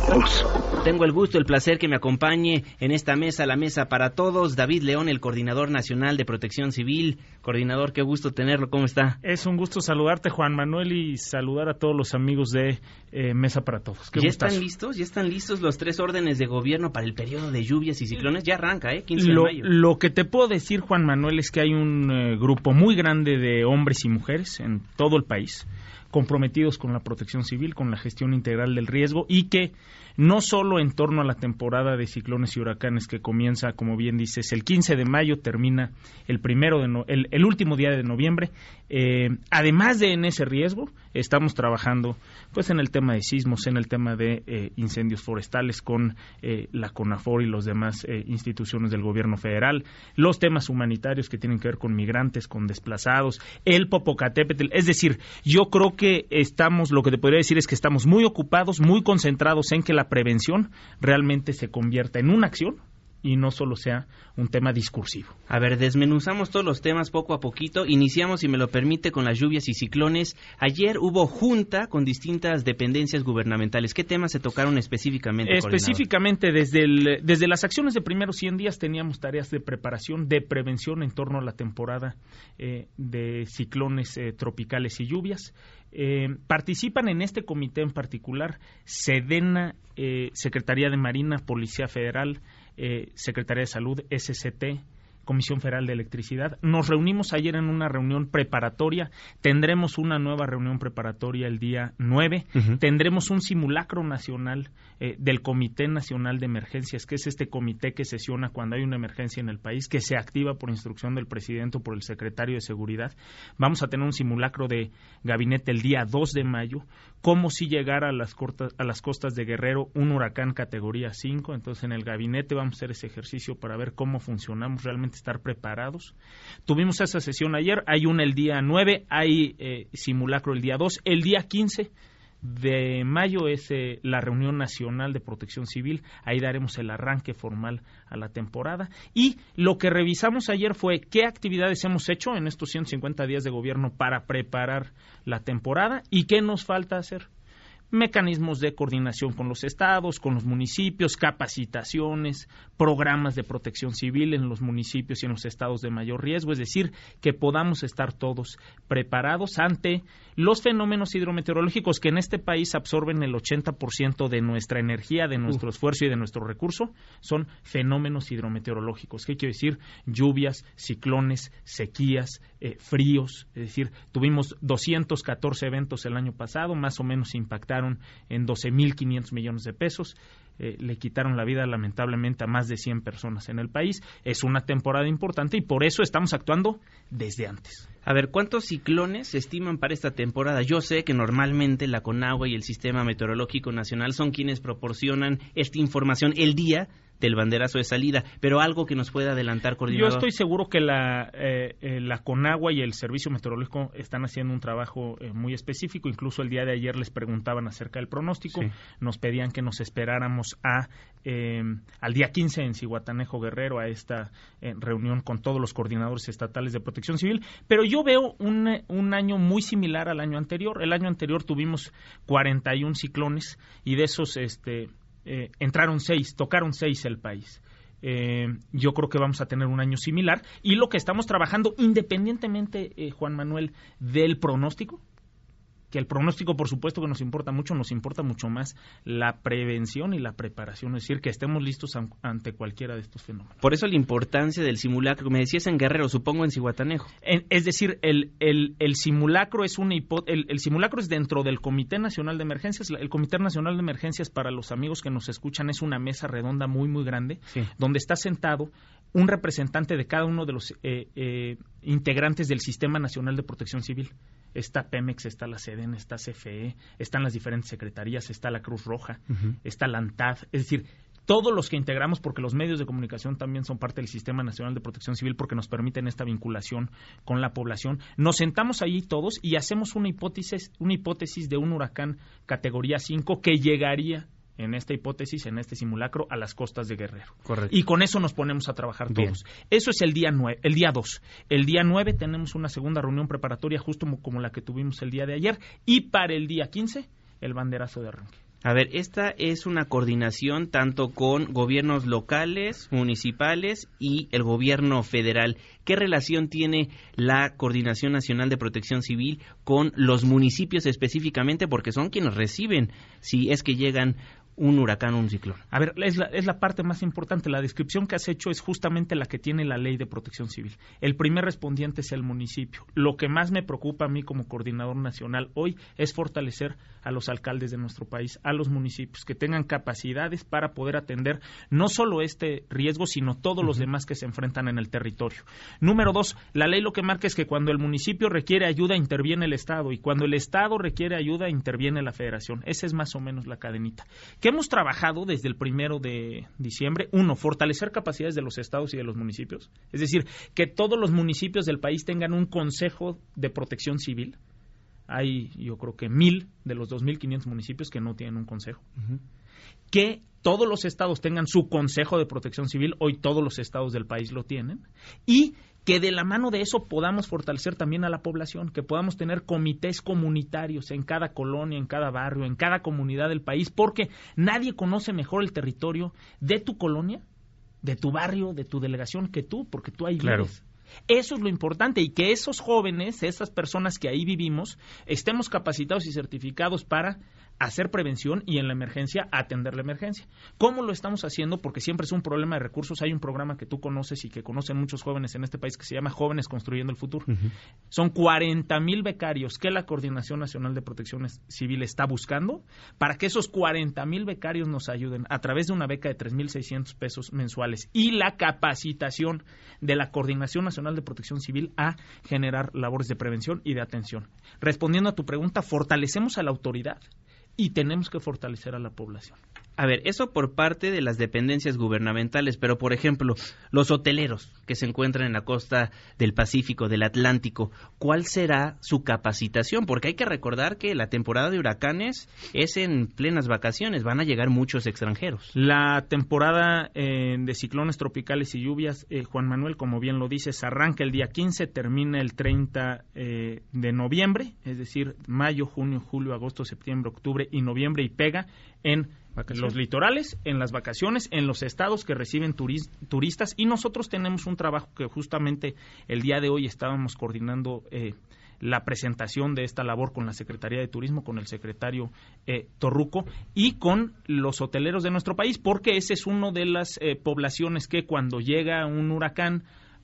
todos. Tengo el gusto, el placer que me acompañe en esta mesa, la mesa para todos, David León, el Coordinador Nacional de Protección Civil. Coordinador, qué gusto tenerlo, ¿cómo está? Es un gusto saludarte, Juan Manuel, y saludar a todos los amigos de Mesa para Todos. ¿Ya están listos? ¿Ya están listos los 3 órdenes de gobierno para el periodo de lluvias y ciclones? Ya arranca, 15 de mayo. Lo que te puedo decir, Juan Manuel, es que hay un grupo muy grande de hombres y mujeres en todo el país comprometidos con la protección civil, con la gestión integral del riesgo, y que no solo en torno a la temporada de ciclones y huracanes que comienza, como bien dices, el 15 de mayo, termina el último día de noviembre. Además de en ese riesgo, estamos trabajando pues en el tema de sismos, en el tema de incendios forestales con la CONAFOR y los demás instituciones del gobierno federal, los temas humanitarios que tienen que ver con migrantes, con desplazados, el Popocatépetl. Es decir, yo creo que lo que te podría decir es que estamos muy ocupados, muy concentrados en que la prevención realmente se convierta en una acción y no solo sea un tema discursivo. A ver, desmenuzamos todos los temas poco a poquito. Iniciamos, si me lo permite, con las lluvias y ciclones. Ayer hubo junta con distintas dependencias gubernamentales. ¿Qué temas se tocaron específicamente, Específicamente, desde las acciones de primeros 100 días teníamos tareas de preparación, de prevención en torno a la temporada de ciclones tropicales y lluvias. Participan en este comité en particular Sedena, Secretaría de Marina, Policía Federal, Secretaría de Salud, SCT, Comisión Federal de Electricidad. Nos reunimos ayer en una reunión preparatoria, tendremos una nueva reunión preparatoria el día 9, tendremos un simulacro nacional del Comité Nacional de Emergencias, que es este comité que sesiona cuando hay una emergencia en el país, que se activa por instrucción del presidente o por el secretario de Seguridad. Vamos a tener un simulacro de gabinete el día 2 de mayo, como si llegara a las costas de Guerrero un huracán categoría 5, entonces en el gabinete vamos a hacer ese ejercicio para ver cómo funcionamos, realmente estar preparados. Tuvimos esa sesión ayer, hay una el día 9, hay simulacro el día 2, el día 15 de mayo es la reunión nacional de protección civil, ahí daremos el arranque formal a la temporada, y lo que revisamos ayer fue qué actividades hemos hecho en estos 150 días de gobierno para preparar la temporada y qué nos falta hacer. Mecanismos de coordinación con los estados, con los municipios, capacitaciones, programas de protección civil en los municipios y en los estados de mayor riesgo, es decir, que podamos estar todos preparados ante los fenómenos hidrometeorológicos que en este país absorben el 80% de nuestra energía, de nuestro esfuerzo y de nuestro recurso, son fenómenos hidrometeorológicos. ¿Qué quiero decir? Lluvias, ciclones, sequías, fríos, es decir, tuvimos 214 eventos el año pasado, más o menos impactaron en 12.500 millones de pesos, le quitaron la vida lamentablemente a más de 100 personas en el país. Es una temporada importante y por eso estamos actuando desde antes. A ver, ¿cuántos ciclones se estiman para esta temporada? Yo sé que normalmente la CONAGUA y el Sistema Meteorológico Nacional son quienes proporcionan esta información el día del banderazo de salida, pero algo que nos pueda adelantar, coordinador. Yo estoy seguro que la CONAGUA y el Servicio Meteorológico están haciendo un trabajo muy específico. Incluso el día de ayer les preguntaban acerca del pronóstico, sí. Nos pedían que nos esperáramos al día 15 en Zihuatanejo, Guerrero, a esta reunión con todos los coordinadores estatales de protección civil, pero yo veo un año muy similar al año anterior. El año anterior tuvimos 41 ciclones y de esos tocaron 6 el país. Yo creo que vamos a tener un año similar y lo que estamos trabajando independientemente, Juan Manuel, del pronóstico, que el pronóstico por supuesto que nos importa mucho más la prevención y la preparación, es decir, que estemos listos ante cualquiera de estos fenómenos. Por eso la importancia del simulacro, me decías en Guerrero, supongo en Zihuatanejo. Es decir, el simulacro es el simulacro es dentro del Comité Nacional de Emergencias. El Comité Nacional de Emergencias, para los amigos que nos escuchan, es una mesa redonda muy muy grande, sí, donde está sentado un representante de cada uno de los integrantes del Sistema Nacional de Protección Civil. Está Pemex, está la SEDEN, está CFE, están las diferentes secretarías, está la Cruz Roja, está la ANTAD, es decir, todos los que integramos, porque los medios de comunicación también son parte del Sistema Nacional de Protección Civil porque nos permiten esta vinculación con la población, nos sentamos allí todos y hacemos una hipótesis de un huracán categoría 5 que llegaría en esta hipótesis, en este simulacro, a las costas de Guerrero. Correcto. Y con eso nos ponemos a trabajar todos. Bien. Eso es el día 2. El día 9 tenemos una segunda reunión preparatoria justo como la que tuvimos el día de ayer y para el día 15 el banderazo de arranque. A ver, esta es una coordinación tanto con gobiernos locales, municipales y el gobierno federal. ¿Qué relación tiene la Coordinación Nacional de Protección Civil con los municipios específicamente? Porque son quienes reciben si es que llegan un huracán o un ciclón. A ver, es la parte más importante. La descripción que has hecho es justamente la que tiene la Ley de Protección Civil. El primer respondiente es el municipio. Lo que más me preocupa a mí como coordinador nacional hoy es fortalecer a los alcaldes de nuestro país, a los municipios, que tengan capacidades para poder atender no solo este riesgo, sino todos los demás que se enfrentan en el territorio. Número 2, la ley lo que marca es que cuando el municipio requiere ayuda, interviene el Estado, y cuando el Estado requiere ayuda, interviene la Federación. Esa es más o menos la cadenita. ¿Qué hemos trabajado desde el 1 de diciembre? Uno, fortalecer capacidades de los estados y de los municipios. Es decir, que todos los municipios del país tengan un consejo de protección civil. Hay, yo creo que 1,000 de los 2,500 municipios que no tienen un consejo. Que todos los estados tengan su consejo de protección civil. Hoy todos los estados del país lo tienen. Y que de la mano de eso podamos fortalecer también a la población, que podamos tener comités comunitarios en cada colonia, en cada barrio, en cada comunidad del país, porque nadie conoce mejor el territorio de tu colonia, de tu barrio, de tu delegación que tú, porque tú ahí vives. Eso es lo importante, y que esos jóvenes, esas personas que ahí vivimos, estemos capacitados y certificados para hacer prevención y en la emergencia atender la emergencia. ¿Cómo lo estamos haciendo? Porque siempre es un problema de recursos. Hay un programa que tú conoces y que conocen muchos jóvenes en este país que se llama Jóvenes Construyendo el Futuro. Son 40,000 becarios que la Coordinación Nacional de Protección Civil está buscando para que esos 40,000 becarios nos ayuden a través de una beca de 3,600 pesos mensuales y la capacitación de la Coordinación Nacional de Protección Civil a generar labores de prevención y de atención. Respondiendo a tu pregunta, fortalecemos a la autoridad y tenemos que fortalecer a la población. A ver, eso por parte de las dependencias gubernamentales, pero por ejemplo, los hoteleros que se encuentran en la costa del Pacífico, del Atlántico, ¿cuál será su capacitación? Porque hay que recordar que la temporada de huracanes es en plenas vacaciones, van a llegar muchos extranjeros. La temporada de ciclones tropicales y lluvias, Juan Manuel, como bien lo dices, arranca el día 15, termina el 30 de noviembre, es decir, mayo, junio, julio, agosto, septiembre, octubre y noviembre, y pega en los litorales, en las vacaciones, en los estados que reciben turistas, y nosotros tenemos un trabajo que justamente el día de hoy estábamos coordinando la presentación de esta labor con la Secretaría de Turismo, con el secretario Torruco y con los hoteleros de nuestro país, porque ese es uno de las poblaciones que cuando llega un huracán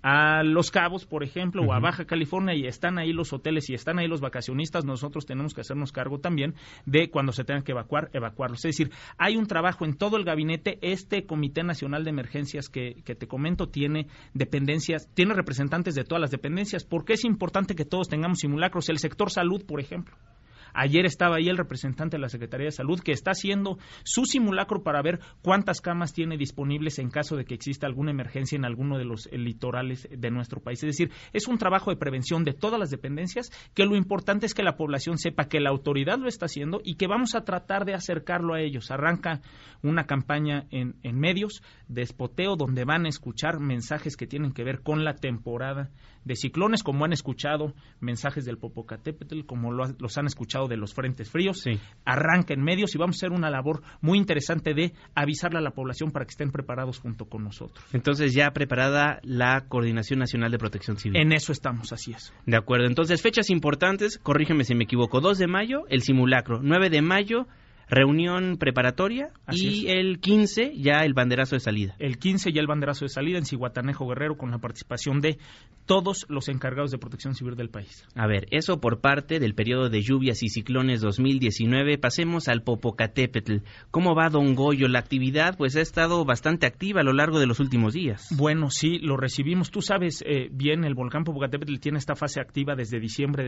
a Los Cabos, por ejemplo, o a Baja California, y están ahí los hoteles y están ahí los vacacionistas, nosotros tenemos que hacernos cargo también de cuando se tengan que evacuarlos. Es decir, hay un trabajo en todo el gabinete. Este Comité Nacional de Emergencias que te comento tiene dependencias, tiene representantes de todas las dependencias, porque es importante que todos tengamos simulacros. El sector salud, por ejemplo. Ayer estaba ahí el representante de la Secretaría de Salud que está haciendo su simulacro para ver cuántas camas tiene disponibles en caso de que exista alguna emergencia en alguno de los litorales de nuestro país. Es decir, es un trabajo de prevención de todas las dependencias, que lo importante es que la población sepa que la autoridad lo está haciendo y que vamos a tratar de acercarlo a ellos. Arranca una campaña en medios de espoteo donde van a escuchar mensajes que tienen que ver con la temporada de ciclones, como han escuchado mensajes del Popocatépetl, como los han escuchado de los frentes fríos. Sí. Arranca en medios y vamos a hacer una labor muy interesante de avisarle a la población para que estén preparados junto con nosotros. Entonces ya preparada la Coordinación Nacional de Protección Civil. En eso estamos, así es. De acuerdo, entonces fechas importantes, corrígeme si me equivoco, 2 de mayo el simulacro, 9 de mayo reunión preparatoria. Así y es. El 15 ya el banderazo de salida. El 15 ya el banderazo de salida en Zihuatanejo, Guerrero, con la participación de todos los encargados de protección civil del país. A ver, eso por parte del periodo de lluvias y ciclones 2019. Pasemos al Popocatépetl. ¿Cómo va, don Goyo? La actividad pues ha estado bastante activa a lo largo de los últimos días. Bueno, sí, lo recibimos. Tú sabes bien, el volcán Popocatépetl tiene esta fase activa desde diciembre de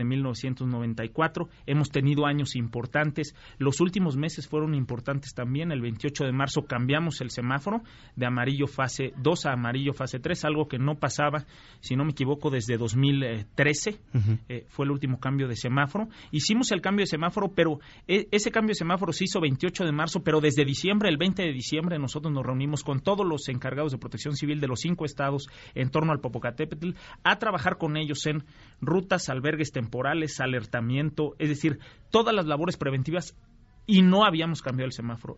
1994. Hemos tenido años importantes. Los últimos meses fueron importantes también. El 28 de marzo cambiamos el semáforo de amarillo fase 2 a amarillo fase 3, algo que no pasaba, si no me equivoco, desde 2013. Fue el último cambio de semáforo. Hicimos el cambio de semáforo, pero ese cambio de semáforo se hizo 28 de marzo, pero desde diciembre, el 20 de diciembre, nosotros nos reunimos con todos los encargados de protección civil de los 5 estados en torno al Popocatépetl a trabajar con ellos en rutas, albergues temporales, alertamiento, es decir, todas las labores preventivas y no habíamos cambiado el semáforo.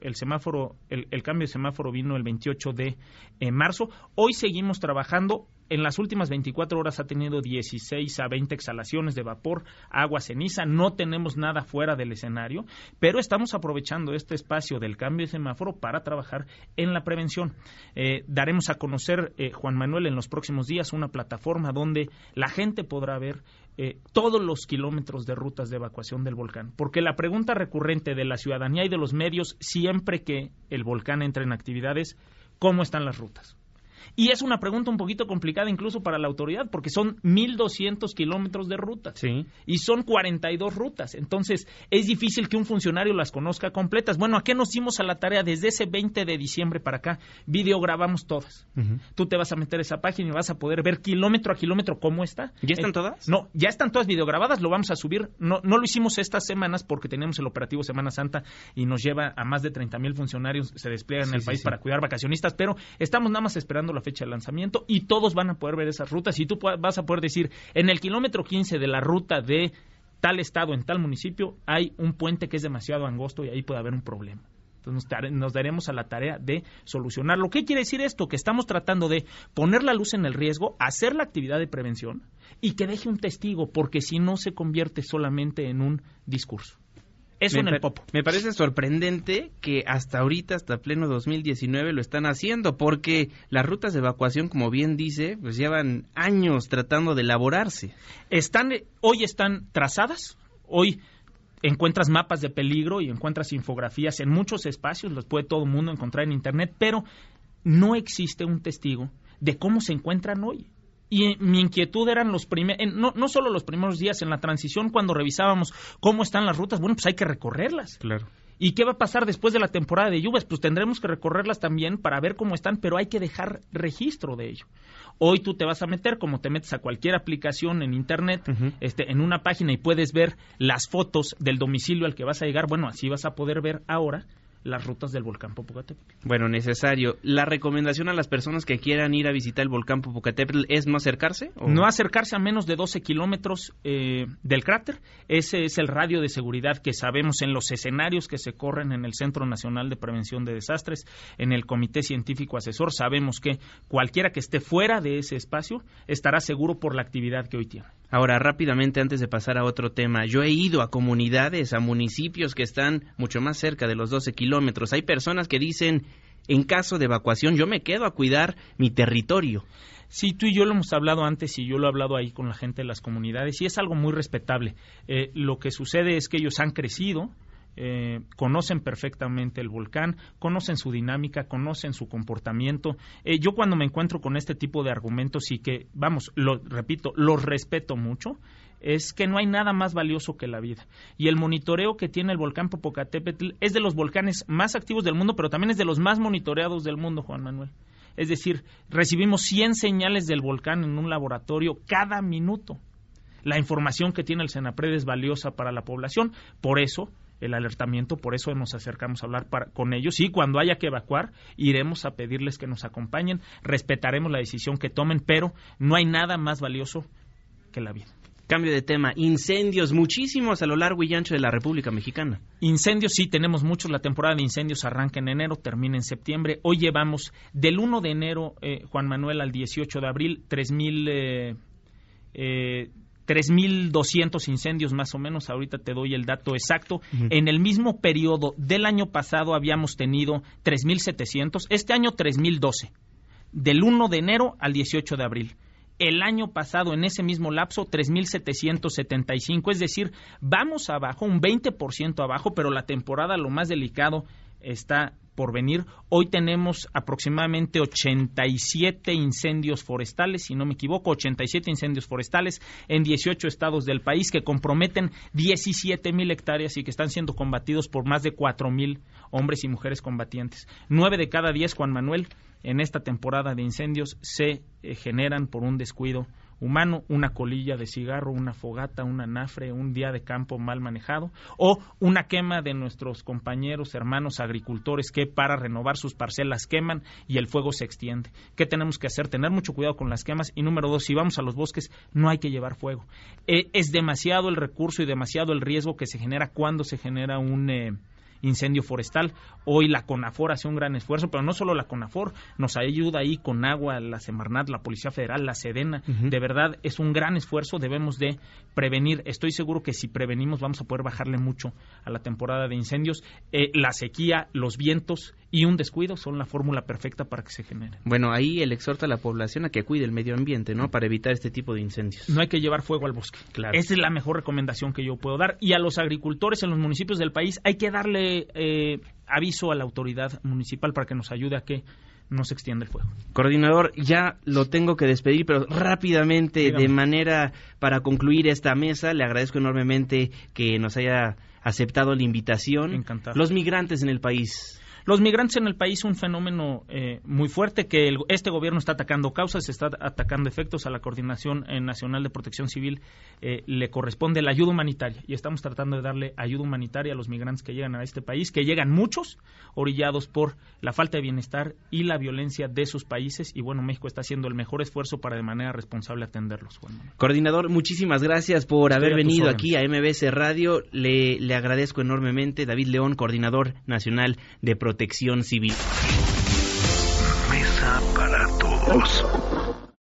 El cambio de semáforo vino el 28 de marzo. Hoy seguimos trabajando. En las últimas 24 horas ha tenido 16 a 20 exhalaciones de vapor, agua, ceniza. No tenemos nada fuera del escenario, pero estamos aprovechando este espacio del cambio de semáforo para trabajar en la prevención. Daremos a conocer, Juan Manuel, en los próximos días una plataforma donde la gente podrá ver todos los kilómetros de rutas de evacuación del volcán. Porque la pregunta recurrente de la ciudadanía y de los medios, siempre que el volcán entra en actividades, ¿cómo están las rutas? Y es una pregunta un poquito complicada incluso para la autoridad, porque son 1,200 kilómetros de rutas. Sí. Y son 42 rutas. Entonces, es difícil que un funcionario las conozca completas. Bueno, ¿a qué nos dimos a la tarea? Desde ese 20 de diciembre para acá, videograbamos todas. Uh-huh. Tú te vas a meter a esa página y vas a poder ver kilómetro a kilómetro cómo está. ¿Ya están todas? No, ya están todas videograbadas, lo vamos a subir. No lo hicimos estas semanas porque tenemos el operativo Semana Santa y nos lleva a más de 30,000 funcionarios, se despliegan en el país para cuidar vacacionistas, pero estamos nada más esperando la fecha de lanzamiento y todos van a poder ver esas rutas y tú vas a poder decir, en el kilómetro 15 de la ruta de tal estado, en tal municipio, hay un puente que es demasiado angosto y ahí puede haber un problema. Entonces nos daremos a la tarea de solucionarlo. ¿Qué quiere decir esto? Que estamos tratando de poner la luz en el riesgo, hacer la actividad de prevención y que deje un testigo, porque si no se convierte solamente en un discurso. Eso en el Popo. Me parece sorprendente que hasta ahorita, hasta pleno 2019, lo están haciendo, porque las rutas de evacuación, como bien dice, pues llevan años tratando de elaborarse. Hoy están trazadas, hoy encuentras mapas de peligro y encuentras infografías en muchos espacios, los puede todo el mundo encontrar en Internet, pero no existe un testigo de cómo se encuentran hoy. Y mi inquietud eran no solo los primeros días en la transición, cuando revisábamos cómo están las rutas, bueno, pues hay que recorrerlas. Claro. ¿Y qué va a pasar después de la temporada de lluvias? Pues tendremos que recorrerlas también para ver cómo están, pero hay que dejar registro de ello. Hoy tú te vas a meter, como te metes a cualquier aplicación en Internet, uh-huh, en una página y puedes ver las fotos del domicilio al que vas a llegar. Bueno, así vas a poder ver ahora las rutas del volcán Popocatépetl. Bueno, necesario. ¿La recomendación a las personas que quieran ir a visitar el volcán Popocatépetl es no acercarse? ¿O? No acercarse a menos de 12 kilómetros del cráter. Ese es el radio de seguridad que sabemos en los escenarios que se corren en el Centro Nacional de Prevención de Desastres, en el Comité Científico Asesor. Sabemos que cualquiera que esté fuera de ese espacio estará seguro por la actividad que hoy tiene. Ahora, rápidamente, antes de pasar a otro tema, yo he ido a comunidades, a municipios que están mucho más cerca de los 12 kilómetros. Hay personas que dicen, en caso de evacuación, yo me quedo a cuidar mi territorio. Sí, tú y yo lo hemos hablado antes y yo lo he hablado ahí con la gente de las comunidades y es algo muy respetable. Lo que sucede es que ellos han crecido, conocen perfectamente el volcán, conocen su dinámica, conocen su comportamiento. Yo cuando me encuentro con este tipo de argumentos y que, repito, los respeto mucho, es que no hay nada más valioso que la vida. Y el monitoreo que tiene el volcán Popocatépetl es de los volcanes más activos del mundo, pero también es de los más monitoreados del mundo, Juan Manuel. Es decir, recibimos 100 señales del volcán en un laboratorio cada minuto. La información que tiene el CENAPRED es valiosa para la población, por eso el alertamiento, por eso nos acercamos a hablar con ellos y cuando haya que evacuar iremos a pedirles que nos acompañen, respetaremos la decisión que tomen, pero no hay nada más valioso que la vida. Cambio de tema, incendios, muchísimos a lo largo y ancho de la República Mexicana. Incendios, sí, tenemos muchos. La temporada de incendios arranca en enero, termina en septiembre. Hoy llevamos del 1 de enero, Juan Manuel, al 18 de abril, 3,200 incendios más o menos. Ahorita te doy el dato exacto. Uh-huh. En el mismo periodo del año pasado habíamos tenido 3,700. Este año 3,012. Del 1 de enero al 18 de abril. El año pasado, en ese mismo lapso, 3,775, es decir, vamos abajo, un 20% abajo, pero la temporada, lo más delicado, está por venir. Hoy tenemos aproximadamente 87 incendios forestales, si no me equivoco, 87 incendios forestales en 18 estados del país que comprometen 17,000 hectáreas y que están siendo combatidos por más de 4,000 hombres y mujeres combatientes. 9 de cada 10, Juan Manuel, en esta temporada de incendios se generan por un descuido humano, una colilla de cigarro, una fogata, un anafre, un día de campo mal manejado o una quema de nuestros compañeros, hermanos agricultores que para renovar sus parcelas queman y el fuego se extiende. ¿Qué tenemos que hacer? Tener mucho cuidado con las quemas y número 2, si vamos a los bosques no hay que llevar fuego. Es demasiado el recurso y demasiado el riesgo que se genera cuando se genera un incendio forestal. Hoy la CONAFOR hace un gran esfuerzo, pero no solo la CONAFOR, nos ayuda ahí con agua, la Semarnat, la Policía Federal, la Sedena. De verdad, es un gran esfuerzo, debemos de prevenir. Estoy seguro que si prevenimos vamos a poder bajarle mucho a la temporada de incendios. La sequía, los vientos y un descuido son la fórmula perfecta para que se genere. Bueno, ahí él exhorta a la población a que cuide el medio ambiente, ¿no? Para evitar este tipo de incendios. No hay que llevar fuego al bosque. Claro. Esa es la mejor recomendación que yo puedo dar. Y a los agricultores en los municipios del país hay que darle aviso a la autoridad municipal para que nos ayude a que no se extienda el fuego. Coordinador, ya lo tengo que despedir, pero rápidamente, Dígame. de manera para concluir esta mesa, le agradezco enormemente que nos haya aceptado la invitación. Encantado. Los migrantes en el país. Los migrantes en el país, un fenómeno muy fuerte que este gobierno está atacando causas, está atacando efectos. A la Coordinación Nacional de Protección Civil le corresponde la ayuda humanitaria y estamos tratando de darle ayuda humanitaria a los migrantes que llegan a este país, que llegan muchos, orillados por la falta de bienestar y la violencia de sus países. Y bueno, México está haciendo el mejor esfuerzo para de manera responsable atenderlos. Juan Manuel. Coordinador, muchísimas gracias por haber Estoy a tus venido órdenes. aquí a MBS Radio. Le agradezco enormemente. David León, Coordinador Nacional de Protección Civil. Mesa para todos.